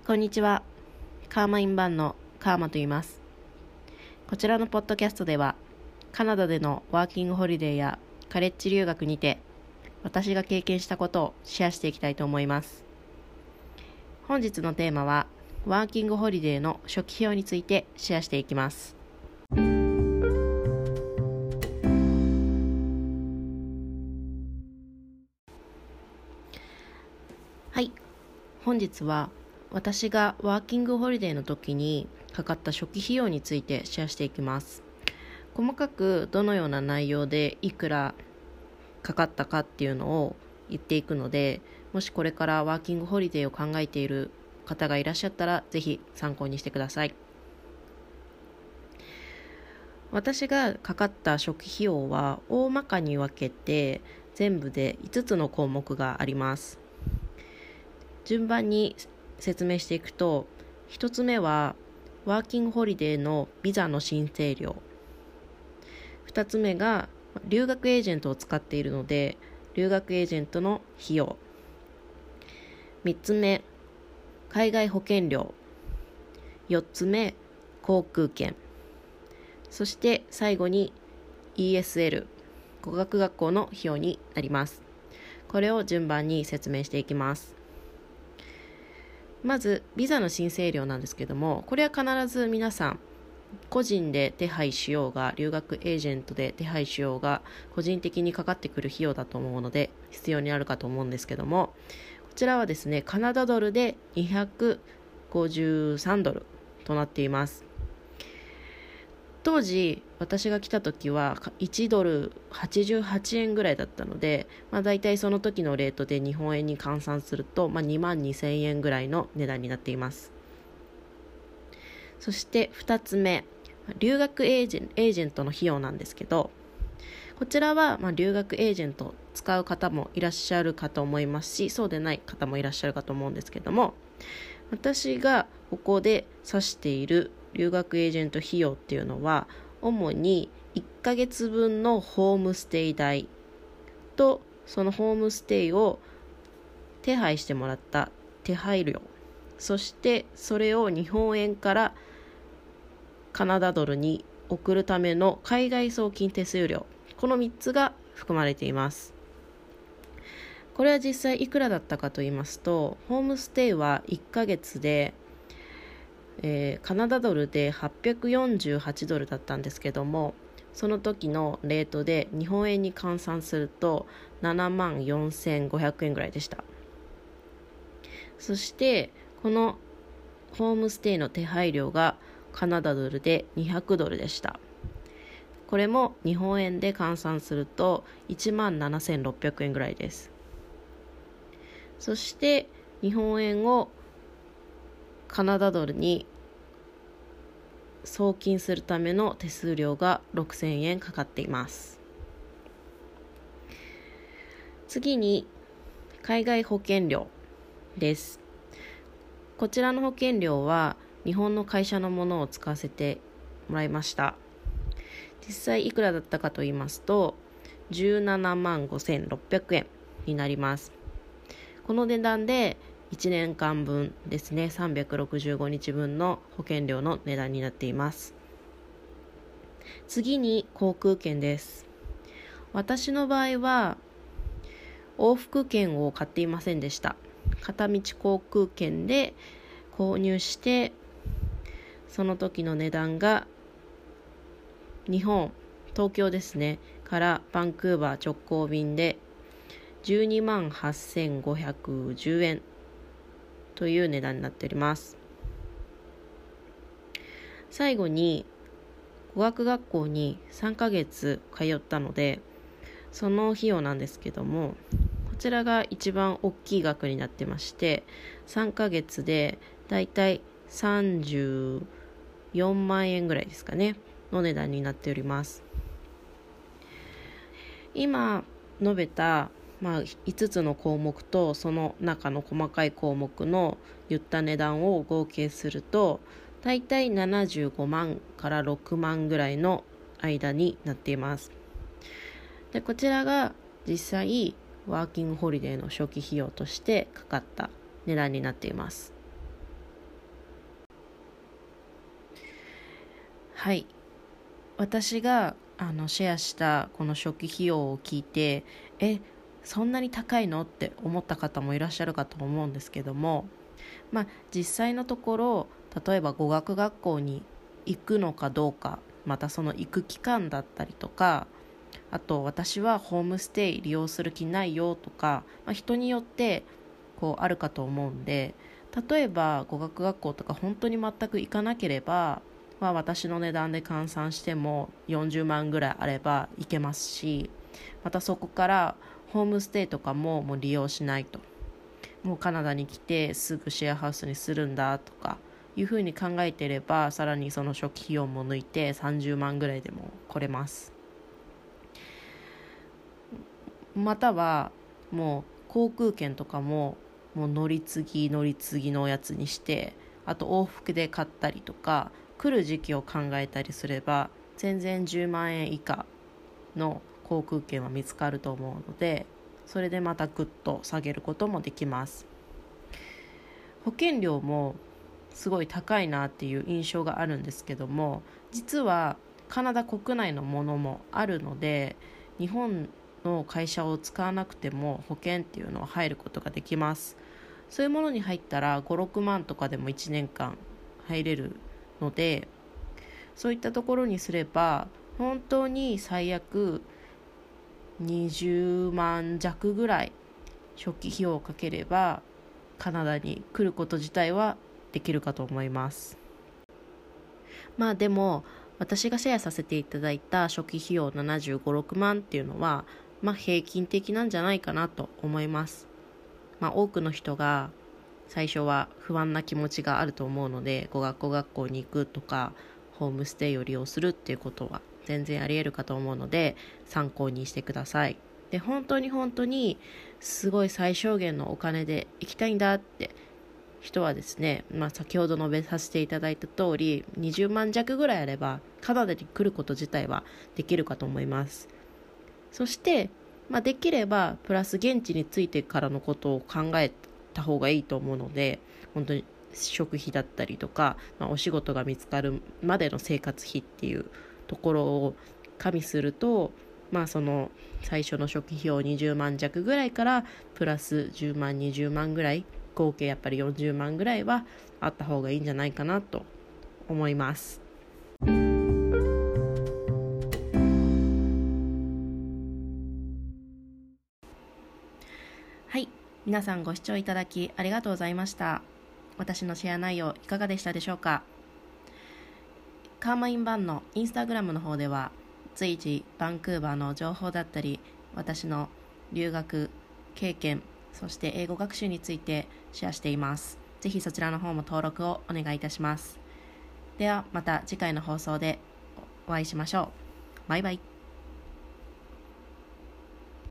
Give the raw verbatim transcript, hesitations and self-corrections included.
こんにちは。カーマインバンのカーマと言います。こちらのポッドキャストでは、カナダでのワーキングホリデーやカレッジ留学にて、私が経験したことをシェアしていきたいと思います。本日のテーマは、ワーキングホリデーの初期費用についてシェアしていきます。はい、本日は私がワーキングホリデーの時にかかった初期費用についてシェアしていきます。細かくどのような内容でいくらかかったかっていうのを言っていくので、もしこれからワーキングホリデーを考えている方がいらっしゃったらぜひ参考にしてください。私がかかった初期費用は大まかに分けて全部でいつつの項目があります。順番に説明していくと、ひとつめはワーキングホリデーのビザの申請料、ふたつめが留学エージェントを使っているので留学エージェントの費用、みっつめ海外保険料、よっつめ航空券、そして最後に イーエスエル 語学学校の費用になります。これを順番に説明していきます。まずビザの申請料なんですけども、これは必ず皆さん個人で手配しようが留学エージェントで手配しようが個人的にかかってくる費用だと思うので必要になるかと思うんですけども、こちらはですねカナダドルでにひゃくごじゅうさんドルとなっています。当時私が来た時はいちドルはちじゅうはちえんぐらいだったので、まあ、大体その時のレートで日本円に換算すると、まあ、にまんにせんえんぐらいの値段になっています。そしてふたつめ留学エージェン、エージェントの費用なんですけど、こちらはまあ留学エージェントを使う方もいらっしゃるかと思いますし、そうでない方もいらっしゃるかと思うんですけども、私がここで指している留学エージェント費用っていうのは主にいっかげつぶんのホームステイ代とそのホームステイを手配してもらった手配料、そしてそれを日本円からカナダドルに送るための海外送金手数料、このみっつが含まれています。これは実際いくらだったかと言いますと、ホームステイはいっかげつで、えー、カナダドルではっぴゃくよんじゅうはちドルだったんですけども、その時のレートで日本円に換算するとななまんよんせんごひゃくえんぐらいでした。そしてこのホームステイの手配料がカナダドルでにひゃくドルでした。これも日本円で換算するといちまんななせんろっぴゃくえんぐらいです。そして日本円をカナダドルに送金するための手数料がろくせんえんかかっています。次に海外保険料です。こちらの保険料は日本の会社のものを使わせてもらいました。実際いくらだったかと言いますとじゅうななまんごせんろっぴゃくえんになります。この値段でいちねんかんぶんですね、さんびゃくろくじゅうごにちぶんの保険料の値段になっています。次に航空券です。私の場合は往復券を買っていませんでした。片道航空券で購入して、その時の値段が日本、東京ですねからバンクーバー直行便でじゅうにまんはっせんごひゃくじゅうえんという値段になっております。最後に語学学校にさんかげつ通ったので、その費用なんですけども、こちらが一番大きい額になってまして、さんかげつでだいたいさんじゅうよんまんえんぐらいですかねの値段になっております。今述べた、まあ、いつつの項目とその中の細かい項目の言った値段を合計するとだいたいななじゅうごまんからろくまんぐらいの間になっています。でこちらが実際ワーキングホリデーの初期費用としてかかった値段になっています。 はい、私があのシェアしたこの初期費用を聞いて、えそんなに高いのって思った方もいらっしゃるかと思うんですけども、まあ、実際のところ、例えば語学学校に行くのかどうか、またその行く期間だったりとか、あと私はホームステイ利用する気ないよとか、まあ、人によってこうあるかと思うんで、例えば語学学校とか本当に全く行かなければ、まあ、私の値段で換算してもよんじゅうまんぐらいあれば行けますし、またそこからホームステイとかももう利用しないと、もうカナダに来てすぐシェアハウスにするんだとかいうふうに考えていれば、さらにその初期費用も抜いてさんじゅうまんぐらいでも来れます。またはもう航空券とかももう乗り継ぎ乗り継ぎのやつにして、あと往復で買ったりとか来る時期を考えたりすれば、全然じゅうまんえん以下の航空券は見つかると思うので、それでまたグッと下げることもできます。保険料もすごい高いなっていう印象があるんですけども、実はカナダ国内のものもあるので、日本の会社を使わなくても保険っていうのは入ることができます。そういうものに入ったらご、ろくまんとかでもいちねんかん入れるので、そういったところにすれば本当に最悪にじゅうまん弱ぐらい初期費用をかければカナダに来ること自体はできるかと思います。まあでも私がシェアさせていただいた初期費用ななじゅうご、ろくまんっていうのは、まあ平均的なんじゃないかなと思います。まあ多くの人が最初は不安な気持ちがあると思うので、語学学校に行くとかホームステイを利用するっていうことは全然あり得るかと思うので、参考にしてください。で、本当に本当にすごい最小限のお金で行きたいんだって人はですね、まあ、先ほど述べさせていただいた通りにじゅうまん弱ぐらいあればカナダに来ること自体はできるかと思います。そして、まあ、できればプラス現地についてからのことを考えた方がいいと思うので、本当に食費だったりとか、まあ、お仕事が見つかるまでの生活費っていうところを加味すると、まあその最初の初期費用にじゅうまん弱ぐらいからプラスじゅうまんにじゅうまんぐらい、合計やっぱりよんじゅうまんぐらいはあった方がいいんじゃないかなと思います。はい、皆さんご視聴いただきありがとうございました。私のシェア内容いかがでしたでしょうか。カーマインバンのインスタグラムの方では随時バンクーバーの情報だったり、私の留学経験、そして英語学習についてシェアしています。ぜひそちらの方も登録をお願いいたします。ではまた次回の放送でお会いしましょう。バイバイ。